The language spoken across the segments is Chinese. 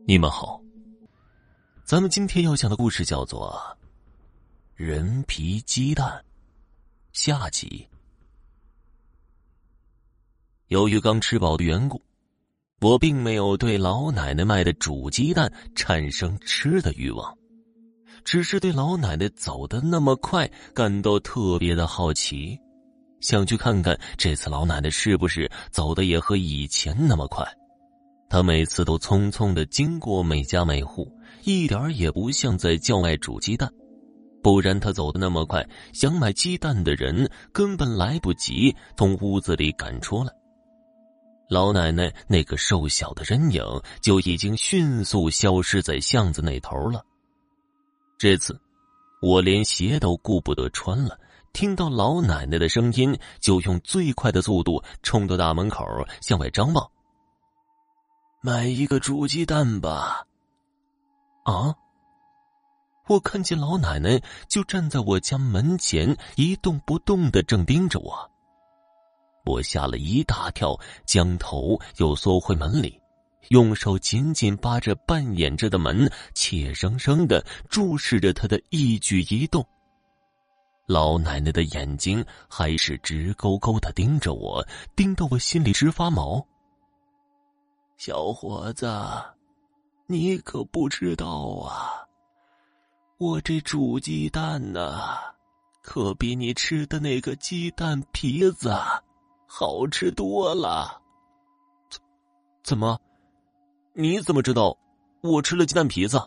你们好，咱们今天要讲的故事叫做人皮鸡蛋下集。由于刚吃饱的缘故，我并没有对老奶奶卖的煮鸡蛋产生吃的欲望，只是对老奶奶走得那么快感到特别的好奇，想去看看这次老奶奶是不是走得也和以前那么快。她每次都匆匆地经过每家每户，一点也不像在叫卖煮鸡蛋，不然她走得那么快，想买鸡蛋的人根本来不及从屋子里赶出来。老奶奶那个瘦小的身影就已经迅速消失在巷子那头了。这次我连鞋都顾不得穿了，听到老奶奶的声音就用最快的速度冲到大门口向外张望。买一个煮鸡蛋吧。啊！我看见老奶奶就站在我家门前一动不动地正盯着我。我吓了一大跳，将头又缩回门里，用手紧紧扒着半掩着的门，怯生生地注视着她的一举一动。老奶奶的眼睛还是直勾勾地盯着我，盯得我心里直发毛。小伙子，你可不知道啊，我这煮鸡蛋可比你吃的那个鸡蛋皮子好吃多了。怎么？你怎么知道我吃了鸡蛋皮子？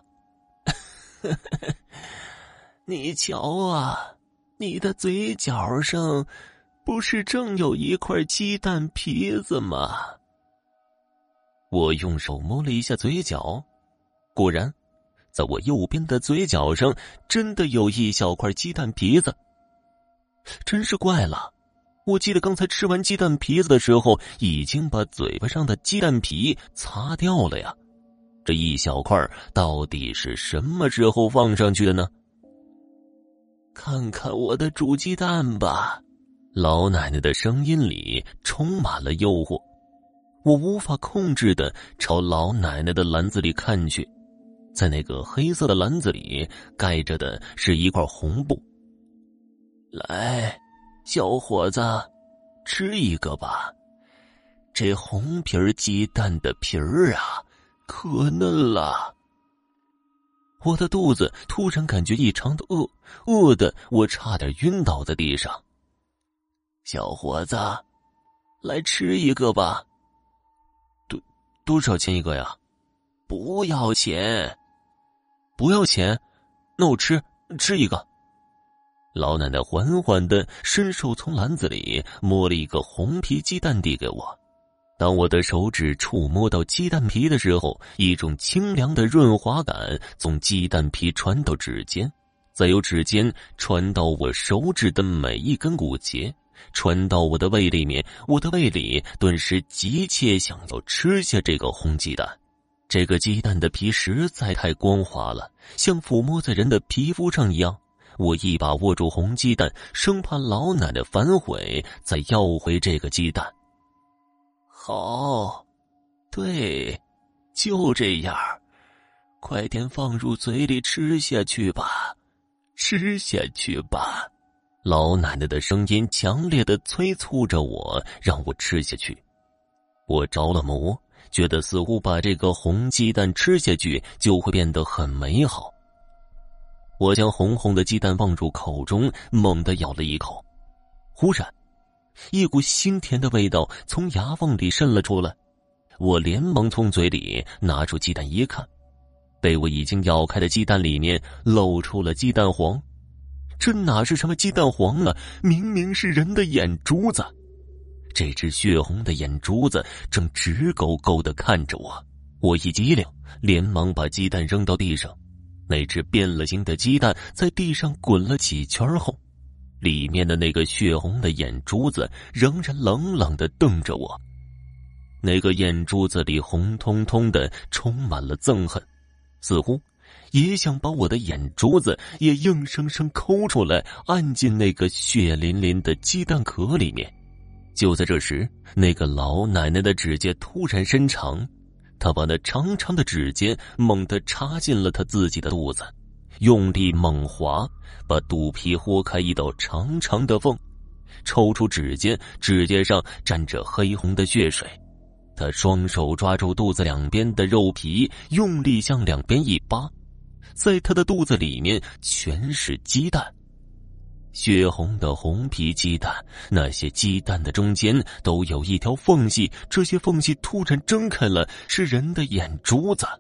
你瞧啊，你的嘴角上不是正有一块鸡蛋皮子吗？我用手摸了一下嘴角，果然在我右边的嘴角上真的有一小块鸡蛋皮子。真是怪了，我记得刚才吃完鸡蛋皮子的时候已经把嘴巴上的鸡蛋皮擦掉了呀，这一小块到底是什么时候放上去的呢？看看我的煮鸡蛋吧。老奶奶的声音里充满了诱惑，我无法控制地朝老奶奶的篮子里看去，在那个黑色的篮子里盖着的是一块红布。来，小伙子，吃一个吧，这红皮鸡蛋的皮儿可嫩了。我的肚子突然感觉异常的饿得我差点晕倒在地上。小伙子，来吃一个吧。多少钱一个呀？不要钱。不要钱？那我吃一个。老奶奶缓缓地伸手从篮子里摸了一个红皮鸡蛋递给我。当我的手指触摸到鸡蛋皮的时候，一种清凉的润滑感从鸡蛋皮传到指尖，再由指尖传到我手指的每一根骨节，传到我的胃里面，我的胃里顿时急切想要吃下这个红鸡蛋。这个鸡蛋的皮实在太光滑了，像抚摸在人的皮肤上一样。我一把握住红鸡蛋，生怕老奶奶反悔再要回这个鸡蛋。好，对，就这样，快点放入嘴里吃下去吧，吃下去吧。老奶奶的声音强烈地催促着我，让我吃下去。我着了魔，觉得似乎把这个红鸡蛋吃下去就会变得很美好。我将红红的鸡蛋放入口中，猛地咬了一口。忽然，一股腥甜的味道从牙缝里渗了出来。我连忙从嘴里拿出鸡蛋一看，被我已经咬开的鸡蛋里面露出了鸡蛋黄。这哪是什么鸡蛋黄啊，明明是人的眼珠子。这只血红的眼珠子正直勾勾地看着我。我一激灵，连忙把鸡蛋扔到地上。那只变了形的鸡蛋在地上滚了几圈后，里面的那个血红的眼珠子仍然冷冷地瞪着我。那个眼珠子里红彤彤的，充满了憎恨，似乎也想把我的眼珠子也硬生生抠出来，按进那个血淋淋的鸡蛋壳里面。就在这时，那个老奶奶的指甲突然伸长， 他把那长长的指尖猛地插进了他自己的肚子，用力猛划，把肚皮豁开一道长长的缝，抽出指尖，指尖上沾着黑红的血水。他双手抓住肚子两边的肉皮，用力向两边一扒，在他的肚子里面全是鸡蛋，血红的红皮鸡蛋，那些鸡蛋的中间都有一条缝隙，这些缝隙突然睁开了，是人的眼珠子。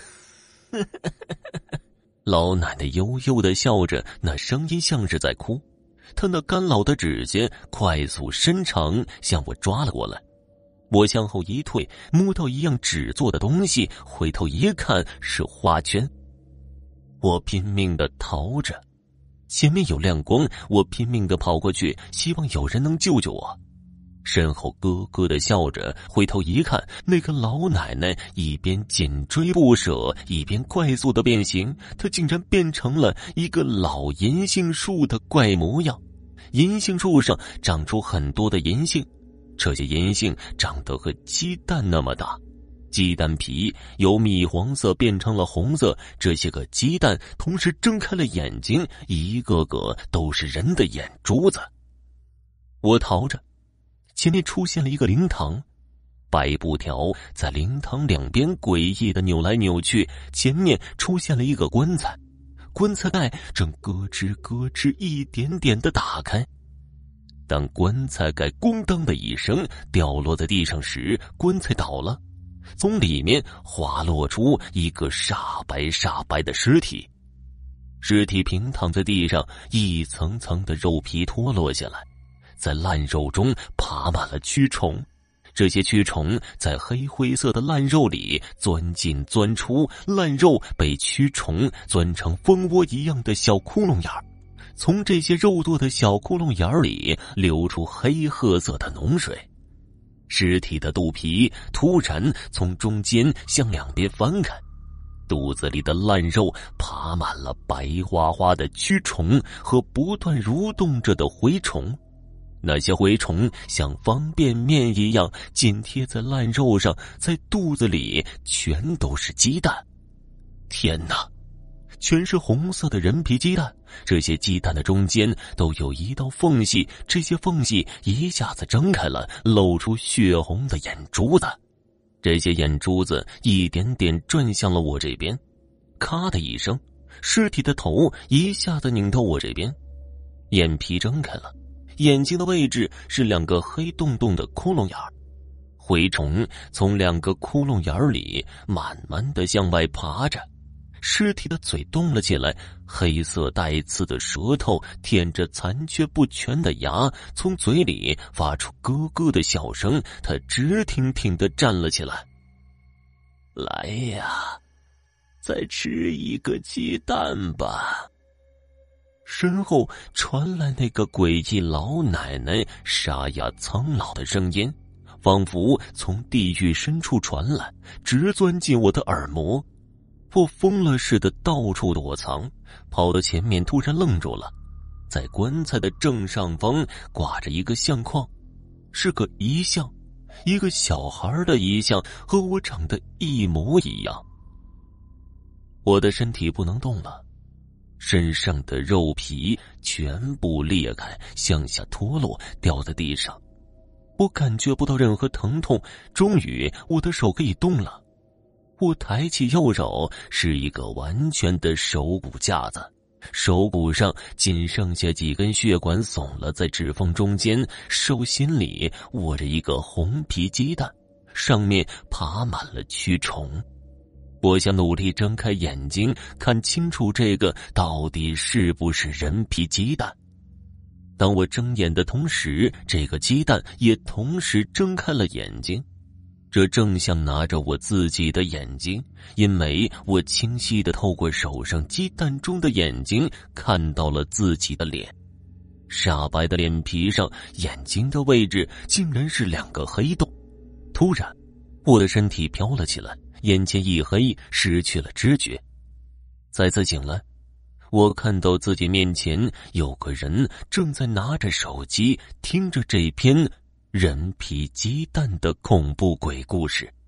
老奶奶悠悠地笑着，那声音像是在哭。她那干老的指尖快速伸长，向我抓了过来。我向后一退，摸到一样纸做的东西，回头一看是花圈。我拼命地逃着，前面有亮光，我拼命地跑过去，希望有人能救救我。身后咯咯地笑着，回头一看，那个老奶奶一边紧追不舍，一边快速地变形，她竟然变成了一个老银杏树的怪模样。银杏树上长出很多的银杏，这些银杏长得和鸡蛋那么大，鸡蛋皮由米黄色变成了红色，这些个鸡蛋同时睁开了眼睛，一个个都是人的眼珠子。我逃着，前面出现了一个灵堂，白布条在灵堂两边诡异的扭来扭去，前面出现了一个棺材，棺材盖正咯吱咯吱一点点地打开。当棺材盖咣当的一声掉落在地上时，棺材倒了，从里面滑落出一个煞白的尸体。尸体平躺在地上，一层层的肉皮脱落下来，在烂肉中爬满了蛆虫。这些蛆虫在黑灰色的烂肉里钻进钻出，烂肉被蛆虫钻成蜂窝一样的小窟窿眼儿，从这些肉做的小窟窿眼儿里流出黑褐色的脓水。尸体的肚皮突然从中间向两边翻开，肚子里的烂肉爬满了白花花的蛆虫和不断蠕动着的蛔虫。那些蛔虫像方便面一样紧贴在烂肉上，在肚子里全都是鸡蛋。天哪，全是红色的人皮鸡蛋，这些鸡蛋的中间都有一道缝隙，这些缝隙一下子睁开了，露出血红的眼珠子。这些眼珠子一点点转向了我这边，咔的一声，尸体的头一下子拧到我这边，眼皮睁开了，眼睛的位置是两个黑洞洞的窟窿眼儿，蛔虫从两个窟窿眼儿里慢慢地向外爬着。尸体的嘴动了起来，黑色带刺的舌头舔着残缺不全的牙，从嘴里发出咯咯的笑声。他直挺挺地站了起来。来呀，再吃一个鸡蛋吧。身后传来那个诡异老奶奶沙哑苍老的声音，仿佛从地狱深处传来，直钻进我的耳膜。我疯了似的到处躲藏，跑到前面突然愣住了。在棺材的正上方挂着一个相框，是个遗像，一个小孩的遗像，和我长得一模一样。我的身体不能动了，身上的肉皮全部裂开，向下脱落，掉在地上。我感觉不到任何疼痛，终于我的手可以动了。我抬起右手，是一个完全的手骨架子，手骨上仅剩下几根血管耸了在指缝中间，手心里握着一个红皮鸡蛋，上面爬满了蛆虫。我想努力睁开眼睛，看清楚这个到底是不是人皮鸡蛋。当我睁眼的同时，这个鸡蛋也同时睁开了眼睛。这正像拿着我自己的眼睛，因为我清晰地透过手上鸡蛋中的眼睛看到了自己的脸。煞白的脸皮上，眼睛的位置竟然是两个黑洞。突然，我的身体飘了起来，眼前一黑，失去了知觉。再次醒来，我看到自己面前有个人正在拿着手机听着这篇人皮鸡蛋的恐怖鬼故事。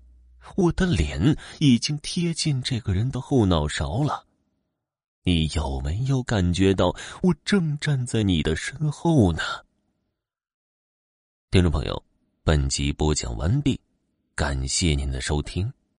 我的脸已经贴近这个人的后脑勺了。你有没有感觉到我正站在你的身后呢？听众朋友，本集播讲完毕，感谢您的收听。